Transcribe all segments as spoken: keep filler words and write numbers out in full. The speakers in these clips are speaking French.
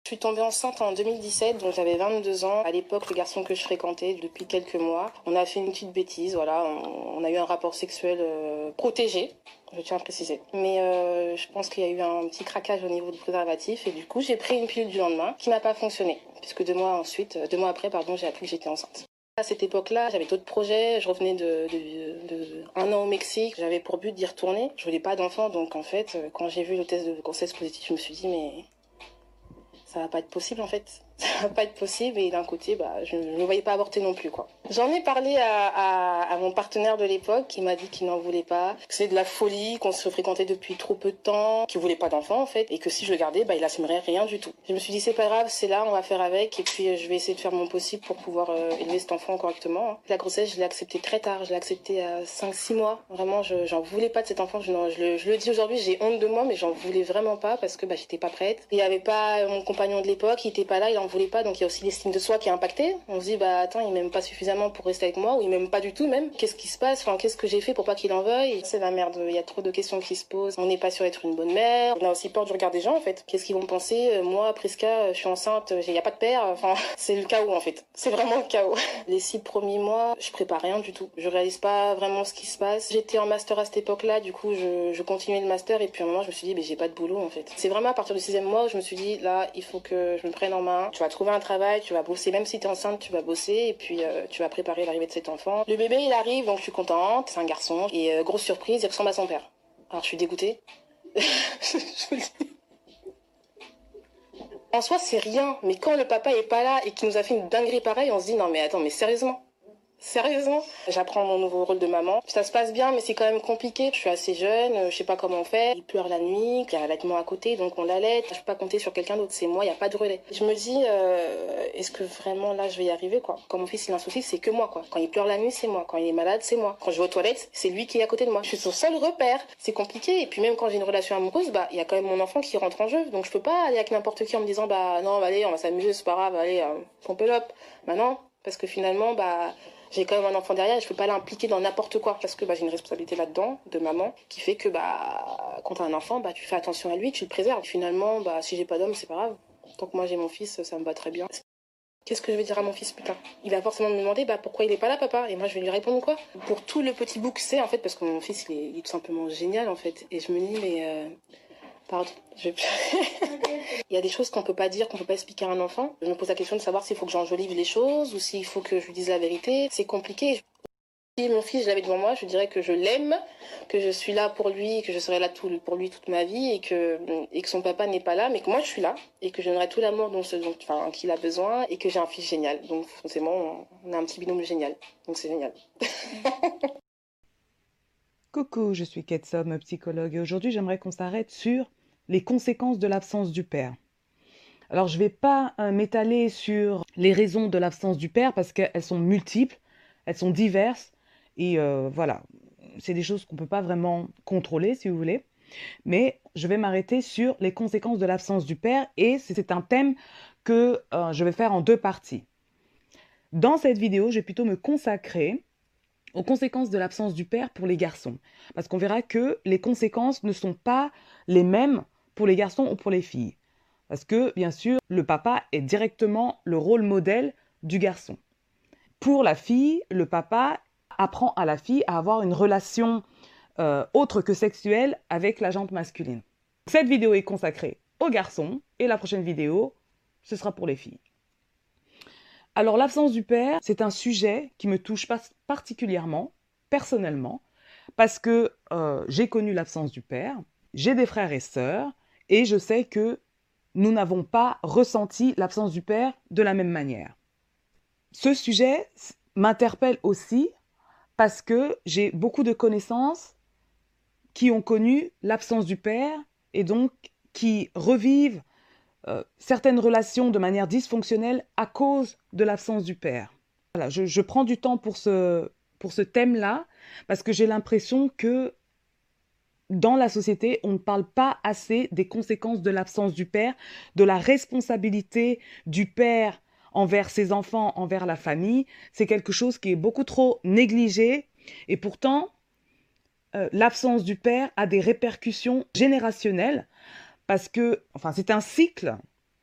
Je suis tombée enceinte en deux mille dix-sept, donc j'avais vingt-deux ans. À l'époque, le garçon que je fréquentais depuis quelques mois, on a fait une petite bêtise, voilà. On, on a eu un rapport sexuel euh, protégé, je tiens à préciser. Mais euh, je pense qu'il y a eu un petit craquage au niveau du préservatif et du coup, j'ai pris une pilule du lendemain qui n'a pas fonctionné. Puisque deux mois ensuite, deux mois après, pardon, j'ai appris que j'étais enceinte. À cette époque-là, j'avais d'autres projets. Je revenais de, de, de, de un an au Mexique. J'avais pour but d'y retourner. Je voulais pas d'enfant, donc en fait, quand j'ai vu le test de grossesse positif, je me suis dit mais ça va pas être possible en fait. Ça va pas être possible et d'un côté, bah, je ne me voyais pas avorter non plus quoi. J'en ai parlé à, à, à mon partenaire de l'époque qui m'a dit qu'il n'en voulait pas, que c'est de la folie, qu'on se fréquentait depuis trop peu de temps, qu'il voulait pas d'enfant en fait et que si je le gardais, bah, il assumerait rien du tout. Je me suis dit c'est pas grave, c'est là, on va faire avec et puis je vais essayer de faire mon possible pour pouvoir euh, élever cet enfant correctement. La grossesse, je l'ai acceptée très tard, je l'ai acceptée à cinq six mois. Vraiment, je j'en voulais pas de cet enfant, je, je, le, je le dis aujourd'hui, j'ai honte de moi mais j'en voulais vraiment pas parce que bah, j'étais pas prête. Il y avait pas mon compagnon de l'époque, il était pas là, il en voulait pas, donc il y a aussi l'estime de soi qui est impactée. On se dit bah attends, il m'aime pas suffisamment pour rester avec moi ou il m'aime pas du tout même. Qu'est-ce qui se passe? Enfin, qu'est-ce que j'ai fait pour pas qu'il en veuille? C'est la merde, il y a trop de questions qui se posent. On n'est pas sûr d'être une bonne mère. On a aussi peur du regard des gens en fait. Qu'est-ce qu'ils vont penser? Moi, Prisca, je suis enceinte, il y a pas de père. Enfin, c'est le chaos en fait. C'est vraiment le chaos. Les six premiers mois, je prépare rien du tout. Je réalise pas vraiment ce qui se passe. J'étais en master à cette époque-là, du coup, je, je continuais le master et puis à un moment, je me suis dit, mais j'ai pas de boulot en fait. C'est vraiment à partir du sixième mois où je me suis dit, là, il faut que je me prenne en main. Tu vas trouver un travail, tu vas bosser, même si t'es enceinte, tu vas bosser et puis euh, tu vas préparer l'arrivée de cet enfant. Le bébé, il arrive, donc je suis contente. C'est un garçon et euh, grosse surprise, il ressemble à son père. Alors je suis dégoûtée. je vous le dis. En soi, c'est rien, mais quand le papa est pas là et qu'il nous a fait une dinguerie pareille, on se dit non mais attends, mais sérieusement? Sérieusement, j'apprends mon nouveau rôle de maman. Ça se passe bien, mais c'est quand même compliqué. Je suis assez jeune, je sais pas comment faire. Il pleure la nuit, il y a l'allaitement à côté, donc on l'allait. Je peux pas compter sur quelqu'un d'autre, c'est moi, il y a pas de relais. Je me dis, euh, est-ce que vraiment là je vais y arriver quoi? Quand mon fils il a un souci, c'est que moi quoi. Quand il pleure la nuit, c'est moi. Quand il est malade, c'est moi. Quand je vais aux toilettes, c'est lui qui est à côté de moi. Je suis son seul repère. C'est compliqué. Et puis même quand j'ai une relation amoureuse, bah il y a quand même mon enfant qui rentre en jeu. Donc je peux pas aller avec n'importe qui en me disant bah non, bah, allez, on va s'amuser, c'est pas grave, allez, euh, pompe-l'op. Bah non, parce que finalement bah j'ai quand même un enfant derrière et je peux pas l'impliquer dans n'importe quoi parce que bah, j'ai une responsabilité là-dedans de maman qui fait que bah quand t'as un enfant bah tu fais attention à lui, tu le préserves. Finalement bah si j'ai pas d'homme c'est pas grave. Tant que moi j'ai mon fils ça me va très bien. Qu'est-ce que je vais dire à mon fils putain? Il va forcément me demander bah pourquoi il est pas là papa et moi je vais lui répondre quoi? Pour tout le petit bout que c'est en fait parce que mon fils il est, il est tout simplement génial en fait et je me dis mais euh... Pardon, je vais Il y a des choses qu'on peut pas dire, qu'on peut pas expliquer à un enfant. Je me pose la question de savoir s'il faut que j'enjolive les choses ou s'il faut que je lui dise la vérité. C'est compliqué. Si mon fils, je l'avais devant moi, je dirais que je l'aime, que je suis là pour lui, que je serai là tout, pour lui toute ma vie et que, et que son papa n'est pas là, mais que moi je suis là et que je donnerai tout l'amour dont, dont, enfin, qu'il a besoin et que j'ai un fils génial. Donc forcément, on a un petit binôme génial. Donc c'est génial. Coucou, je suis Ketsom, psychologue, et aujourd'hui j'aimerais qu'on s'arrête sur les conséquences de l'absence du père. Alors je ne vais pas euh, m'étaler sur les raisons de l'absence du père parce qu'elles sont multiples, elles sont diverses, et euh, voilà, c'est des choses qu'on ne peut pas vraiment contrôler si vous voulez, mais je vais m'arrêter sur les conséquences de l'absence du père et c'est un thème que euh, je vais faire en deux parties. Dans cette vidéo, je vais plutôt me consacrer aux conséquences de l'absence du père pour les garçons. Parce qu'on verra que les conséquences ne sont pas les mêmes pour les garçons ou pour les filles. Parce que, bien sûr, le papa est directement le rôle modèle du garçon. Pour la fille, le papa apprend à la fille à avoir une relation euh, autre que sexuelle avec la jante masculine. Cette vidéo est consacrée aux garçons et la prochaine vidéo, ce sera pour les filles. Alors l'absence du père, c'est un sujet qui me touche pas particulièrement, personnellement, parce que euh, j'ai connu l'absence du père, j'ai des frères et sœurs, et je sais que nous n'avons pas ressenti l'absence du père de la même manière. Ce sujet m'interpelle aussi parce que j'ai beaucoup de connaissances qui ont connu l'absence du père et donc qui revivent Euh, certaines relations de manière dysfonctionnelle à cause de l'absence du père. Voilà, je, je prends du temps pour ce, pour ce thème-là parce que j'ai l'impression que dans la société, on ne parle pas assez des conséquences de l'absence du père, de la responsabilité du père envers ses enfants, envers la famille. C'est quelque chose qui est beaucoup trop négligé et pourtant, euh, l'absence du père a des répercussions générationnelles parce que, enfin, c'est un cycle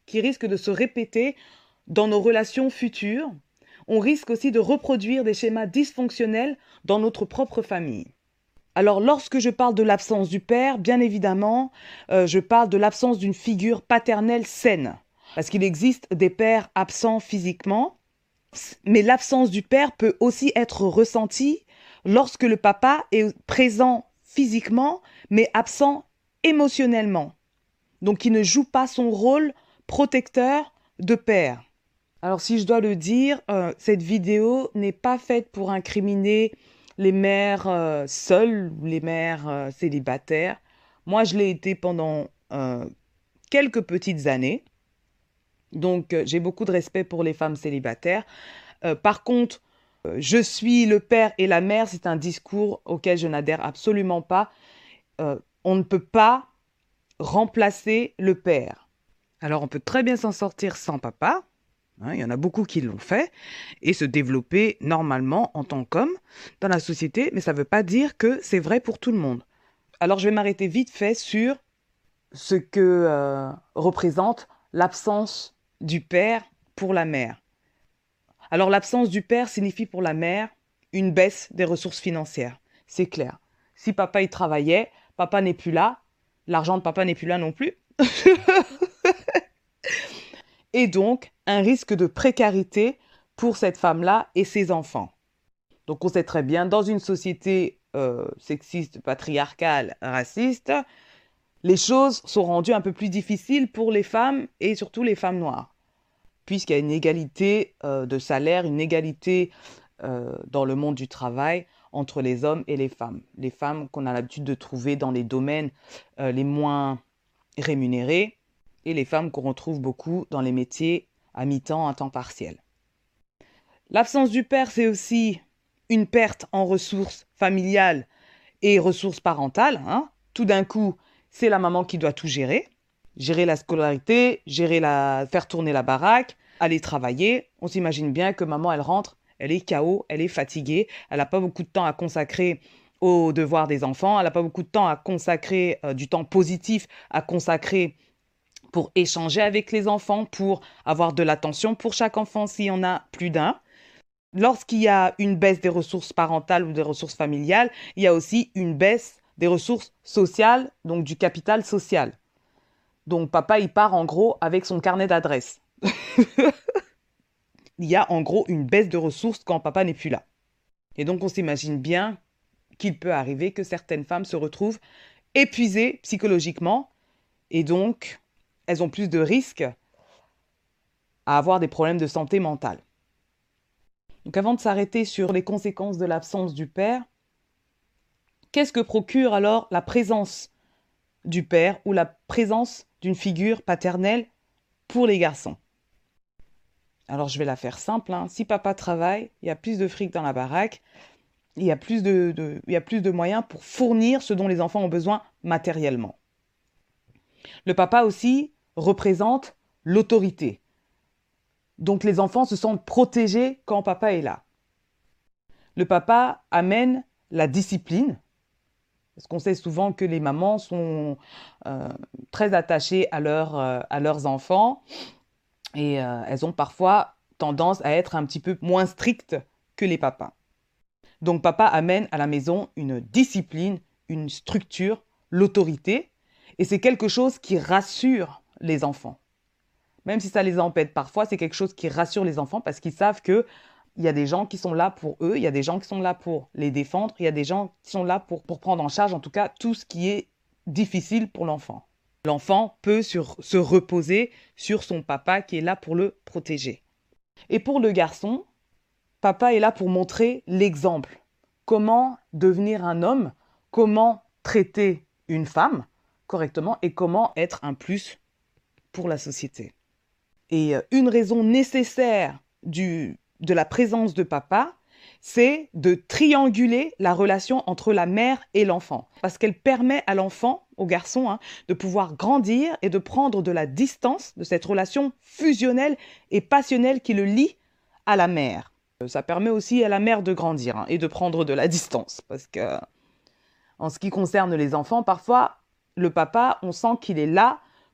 qui risque de se répéter dans nos relations futures. On risque aussi de reproduire des schémas dysfonctionnels dans notre propre famille. Alors, lorsque je parle de l'absence du père, bien évidemment, euh, je parle de l'absence d'une figure paternelle saine. Parce qu'il existe des pères absents physiquement, mais l'absence du père peut aussi être ressentie lorsque le papa est présent physiquement, mais absent émotionnellement. Donc, il ne joue pas son rôle protecteur de père. Alors, si je dois le dire, euh, cette vidéo n'est pas faite pour incriminer les mères euh, seules ou les mères euh, célibataires. Moi, je l'ai été pendant euh, quelques petites années. Donc, euh, j'ai beaucoup de respect pour les femmes célibataires. Euh, par contre, euh, je suis le père et la mère, c'est un discours auquel je n'adhère absolument pas. Euh, on ne peut pas remplacer le père. Alors, on peut très bien s'en sortir sans papa. Hein, il y en a beaucoup qui l'ont fait et se développer normalement en tant qu'homme dans la société, mais ça ne veut pas dire que c'est vrai pour tout le monde. Alors, je vais m'arrêter vite fait sur ce que euh, représente l'absence du père pour la mère. Alors, l'absence du père signifie pour la mère une baisse des ressources financières. C'est clair. Si papa y travaillait, papa n'est plus là, l'argent de papa n'est plus là non plus. Et donc, un risque de précarité pour cette femme-là et ses enfants. Donc, on sait très bien, dans une société euh, sexiste, patriarcale, raciste, les choses sont rendues un peu plus difficiles pour les femmes et surtout les femmes noires, puisqu'il y a une égalité euh, de salaire, une égalité euh, dans le monde du travail entre les hommes et les femmes. Les femmes qu'on a l'habitude de trouver dans les domaines euh, les moins rémunérés, et les femmes qu'on retrouve beaucoup dans les métiers à mi-temps, à temps partiel. L'absence du père, c'est aussi une perte en ressources familiales et ressources parentales. Hein. Tout d'un coup, c'est la maman qui doit tout gérer. Gérer la scolarité, gérer la... faire tourner la baraque, aller travailler. On s'imagine bien que maman, elle rentre, elle est K O, elle est fatiguée, elle n'a pas beaucoup de temps à consacrer aux devoirs des enfants, elle n'a pas beaucoup de temps à consacrer, euh, du temps positif à consacrer pour échanger avec les enfants, pour avoir de l'attention pour chaque enfant s'il y en a plus d'un. Lorsqu'il y a une baisse des ressources parentales ou des ressources familiales, il y a aussi une baisse des ressources sociales, donc du capital social. Donc papa, il part en gros avec son carnet d'adresses. Il y a en gros une baisse de ressources quand papa n'est plus là. Et donc on s'imagine bien qu'il peut arriver que certaines femmes se retrouvent épuisées psychologiquement et donc elles ont plus de risques à avoir des problèmes de santé mentale. Donc avant de s'arrêter sur les conséquences de l'absence du père, qu'est-ce que procure alors la présence du père ou la présence d'une figure paternelle pour les garçons? Alors je vais la faire simple. Hein. Si papa travaille, il y a plus de fric dans la baraque, il y a plus de, de, il y a plus de moyens pour fournir ce dont les enfants ont besoin matériellement. Le papa aussi représente l'autorité. Donc les enfants se sentent protégés quand papa est là. Le papa amène la discipline, parce qu'on sait souvent que les mamans sont euh, très attachées à, leur, euh, à leurs enfants et euh, elles ont parfois tendance à être un petit peu moins strictes que les papas. Donc papa amène à la maison une discipline, une structure, l'autorité, et c'est quelque chose qui rassure les enfants. Même si ça les embête parfois, c'est quelque chose qui rassure les enfants parce qu'ils savent qu'il y a des gens qui sont là pour eux, il y a des gens qui sont là pour les défendre, il y a des gens qui sont là pour, pour prendre en charge, en tout cas, tout ce qui est difficile pour l'enfant. L'enfant peut sur, se reposer sur son papa qui est là pour le protéger. Et pour le garçon, papa est là pour montrer l'exemple. Comment devenir un homme, comment traiter une femme correctement et comment être un plus pour la société. Et une raison nécessaire du, de la présence de papa, c'est de trianguler la relation entre la mère et l'enfant. Parce qu'elle permet à l'enfant, au garçon, hein, de pouvoir grandir et de prendre de la distance de cette relation fusionnelle et passionnelle qui le lie à la mère. Ça permet aussi à la mère de grandir hein, et de prendre de la distance. Parce que, en ce qui concerne les enfants, parfois, le papa, on sent qu'il est là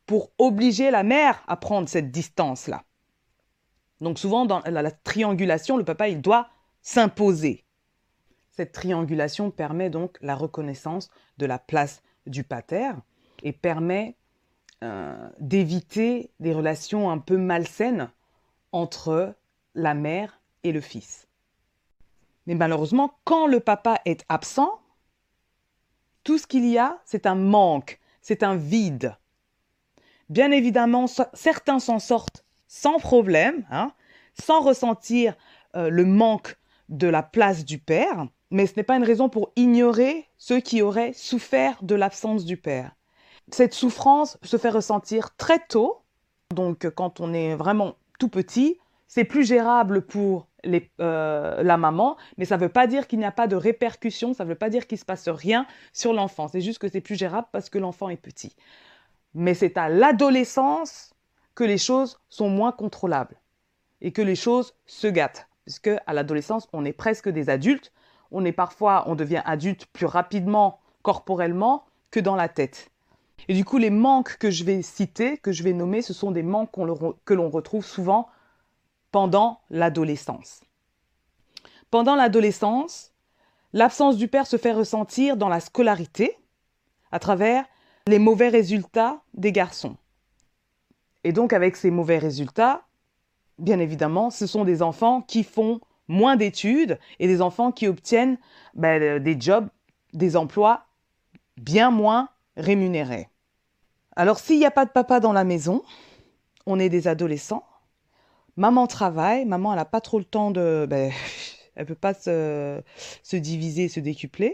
pour obliger la mère à prendre cette distance-là. Donc souvent, dans la, la triangulation, le papa, il doit s'imposer. Cette triangulation permet donc la reconnaissance de la place du pater et permet euh, d'éviter des relations un peu malsaines entre la mère et le fils. Mais malheureusement, quand le papa est absent, tout ce qu'il y a, c'est un manque, c'est un vide. Bien évidemment, certains s'en sortent sans problème, hein, sans ressentir euh, le manque de la place du père, mais ce n'est pas une raison pour ignorer ceux qui auraient souffert de l'absence du père. Cette souffrance se fait ressentir très tôt, donc quand on est vraiment tout petit, c'est plus gérable pour les, euh, la maman, mais ça ne veut pas dire qu'il n'y a pas de répercussions, ça ne veut pas dire qu'il ne se passe rien sur l'enfant, c'est juste que c'est plus gérable parce que l'enfant est petit. Mais c'est à l'adolescence que les choses sont moins contrôlables et que les choses se gâtent. Puisque à l'adolescence, on est presque des adultes. On est parfois, on devient adulte plus rapidement corporellement que dans la tête. Et du coup, les manques que je vais citer, que je vais nommer, ce sont des manques qu'on le, que l'on retrouve souvent pendant l'adolescence. Pendant l'adolescence, l'absence du père se fait ressentir dans la scolarité à travers les mauvais résultats des garçons. Et donc, avec ces mauvais résultats, bien évidemment, ce sont des enfants qui font moins d'études et des enfants qui obtiennent ben, des jobs, des emplois bien moins rémunérés. Alors, s'il n'y a pas de papa dans la maison, on est des adolescents, maman travaille, maman, elle n'a pas trop le temps de... Ben, elle ne peut pas se, se diviser, se décupler.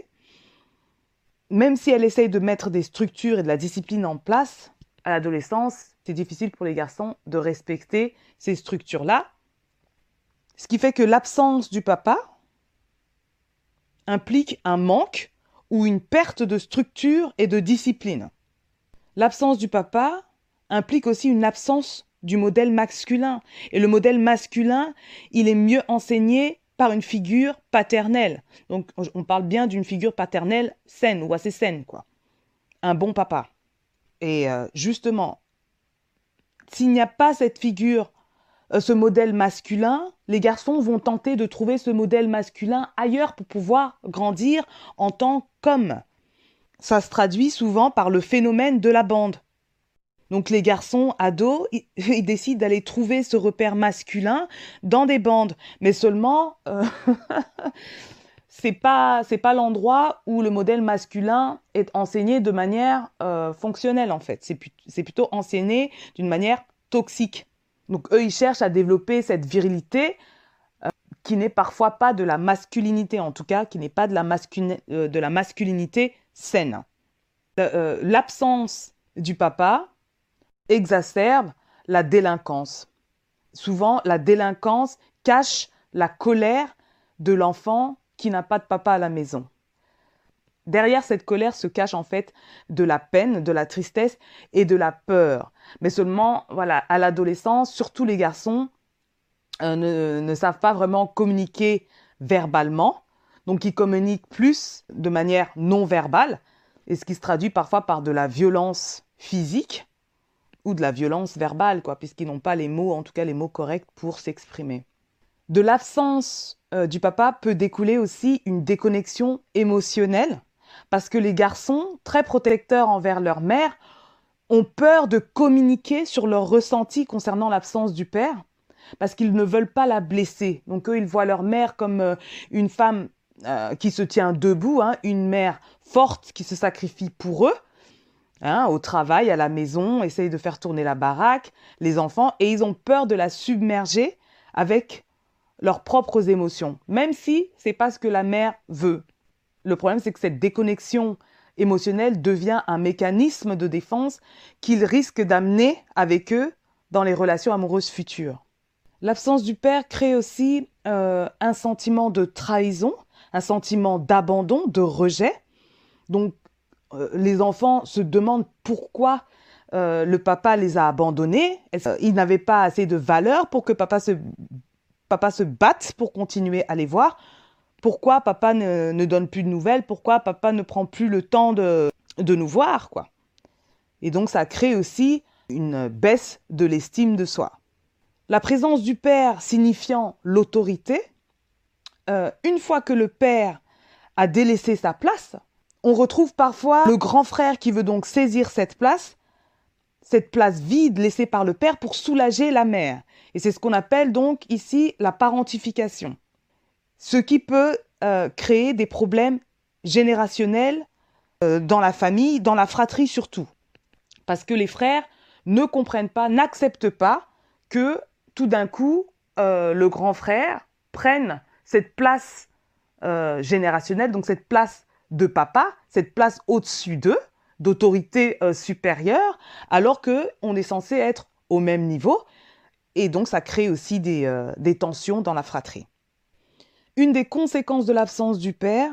Même si elle essaye de mettre des structures et de la discipline en place, à l'adolescence, c'est difficile pour les garçons de respecter ces structures-là. Ce qui fait que l'absence du papa implique un manque ou une perte de structure et de discipline. L'absence du papa implique aussi une absence du modèle masculin. Et le modèle masculin, il est mieux enseigné par une figure paternelle. Donc, on parle bien d'une figure paternelle saine ou assez saine, quoi. Un bon papa. Et euh, justement, s'il n'y a pas cette figure, euh, ce modèle masculin, les garçons vont tenter de trouver ce modèle masculin ailleurs pour pouvoir grandir en tant qu'homme. Ça se traduit souvent par le phénomène de la bande. Donc les garçons, ados, ils, ils décident d'aller trouver ce repère masculin dans des bandes. Mais seulement, euh, c'est pas, c'est pas l'endroit où le modèle masculin est enseigné de manière euh, fonctionnelle, en fait. C'est, c'est plutôt enseigné d'une manière toxique. Donc eux, ils cherchent à développer cette virilité euh, qui n'est parfois pas de la masculinité, en tout cas, qui n'est pas de la, masculin, euh, de la masculinité saine. Euh, l'absence du papa exacerbe la délinquance. Souvent, la délinquance cache la colère de l'enfant qui n'a pas de papa à la maison. Derrière cette colère se cache en fait de la peine, de la tristesse et de la peur. Mais seulement, voilà, à l'adolescence, surtout les garçons euh, ne, ne savent pas vraiment communiquer verbalement. Donc, ils communiquent plus de manière non verbale, et ce qui se traduit parfois par de la violence physique ou de la violence verbale, quoi, puisqu'ils n'ont pas les mots, en tout cas les mots corrects pour s'exprimer. De l'absence euh, du papa peut découler aussi une déconnexion émotionnelle, parce que les garçons, très protecteurs envers leur mère, ont peur de communiquer sur leurs ressentis concernant l'absence du père, parce qu'ils ne veulent pas la blesser. Donc eux, ils voient leur mère comme euh, une femme euh, qui se tient debout, hein, une mère forte qui se sacrifie pour eux, Hein, au travail, à la maison, essayent de faire tourner la baraque, les enfants, et ils ont peur de la submerger avec leurs propres émotions, même si c'est pas ce que la mère veut. Le problème, c'est que cette déconnexion émotionnelle devient un mécanisme de défense qu'ils risquent d'amener avec eux dans les relations amoureuses futures. L'absence du père crée aussi euh, un sentiment de trahison, un sentiment d'abandon, de rejet. Donc, Euh, les enfants se demandent pourquoi euh, le papa les a abandonnés. Ils n'avaient pas assez de valeur pour que papa se, papa se batte pour continuer à les voir. Pourquoi papa ne, ne donne plus de nouvelles? Pourquoi papa ne prend plus le temps de, de nous voir, quoi? Et donc, ça crée aussi une baisse de l'estime de soi. La présence du père signifiant l'autorité, euh, une fois que le père a délaissé sa place, on retrouve parfois le grand frère qui veut donc saisir cette place, cette place vide laissée par le père pour soulager la mère. Et c'est ce qu'on appelle donc ici la parentification. Ce qui peut euh, créer des problèmes générationnels euh, dans la famille, dans la fratrie surtout. Parce que les frères ne comprennent pas, n'acceptent pas que tout d'un coup, euh, le grand frère prenne cette place euh, générationnelle, donc cette place de papa, cette place au-dessus d'eux, d'autorité euh, supérieure, alors qu'on est censé être au même niveau. Et donc, ça crée aussi des, euh, des tensions dans la fratrie. Une des conséquences de l'absence du père,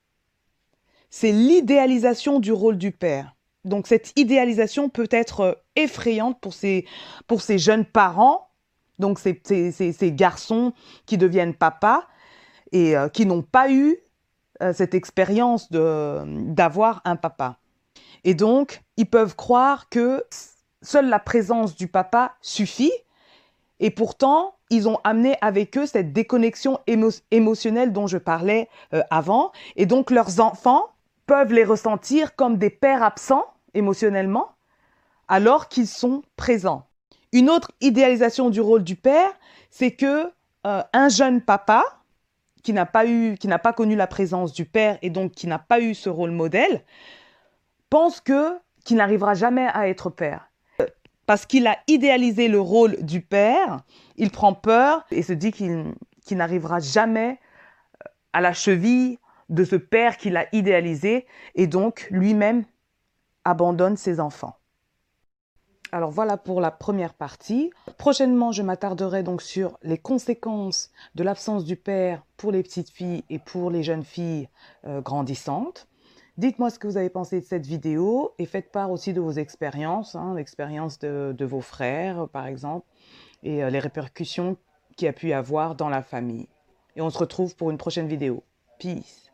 c'est l'idéalisation du rôle du père. Donc, cette idéalisation peut être effrayante pour ces, pour ces jeunes parents, donc ces, ces, ces, ces garçons qui deviennent papas et euh, qui n'ont pas eu euh, cette expérience de, d'avoir un papa. Et donc, ils peuvent croire que seule la présence du papa suffit. Et pourtant, ils ont amené avec eux cette déconnexion émo émotionnelle dont je parlais euh, avant. Et donc, leurs enfants peuvent les ressentir comme des pères absents émotionnellement, alors qu'ils sont présents. Une autre idéalisation du rôle du père, c'est que euh, un jeune papa qui n'a pas eu, qui n'a pas connu la présence du père et donc qui n'a pas eu ce rôle modèle, pense que qu'il n'arrivera jamais à être père. Parce qu'il a idéalisé le rôle du père, il prend peur et se dit qu'il qu'il n'arrivera jamais à la cheville de ce père qu'il a idéalisé et donc lui-même abandonne ses enfants. Alors voilà pour la première partie. Prochainement, je m'attarderai donc sur les conséquences de l'absence du père pour les petites filles et pour les jeunes filles euh, grandissantes. Dites-moi ce que vous avez pensé de cette vidéo et faites part aussi de vos expériences, hein, l'expérience de, de vos frères par exemple, et euh, les répercussions qu'il y a pu y avoir dans la famille. Et on se retrouve pour une prochaine vidéo. Peace!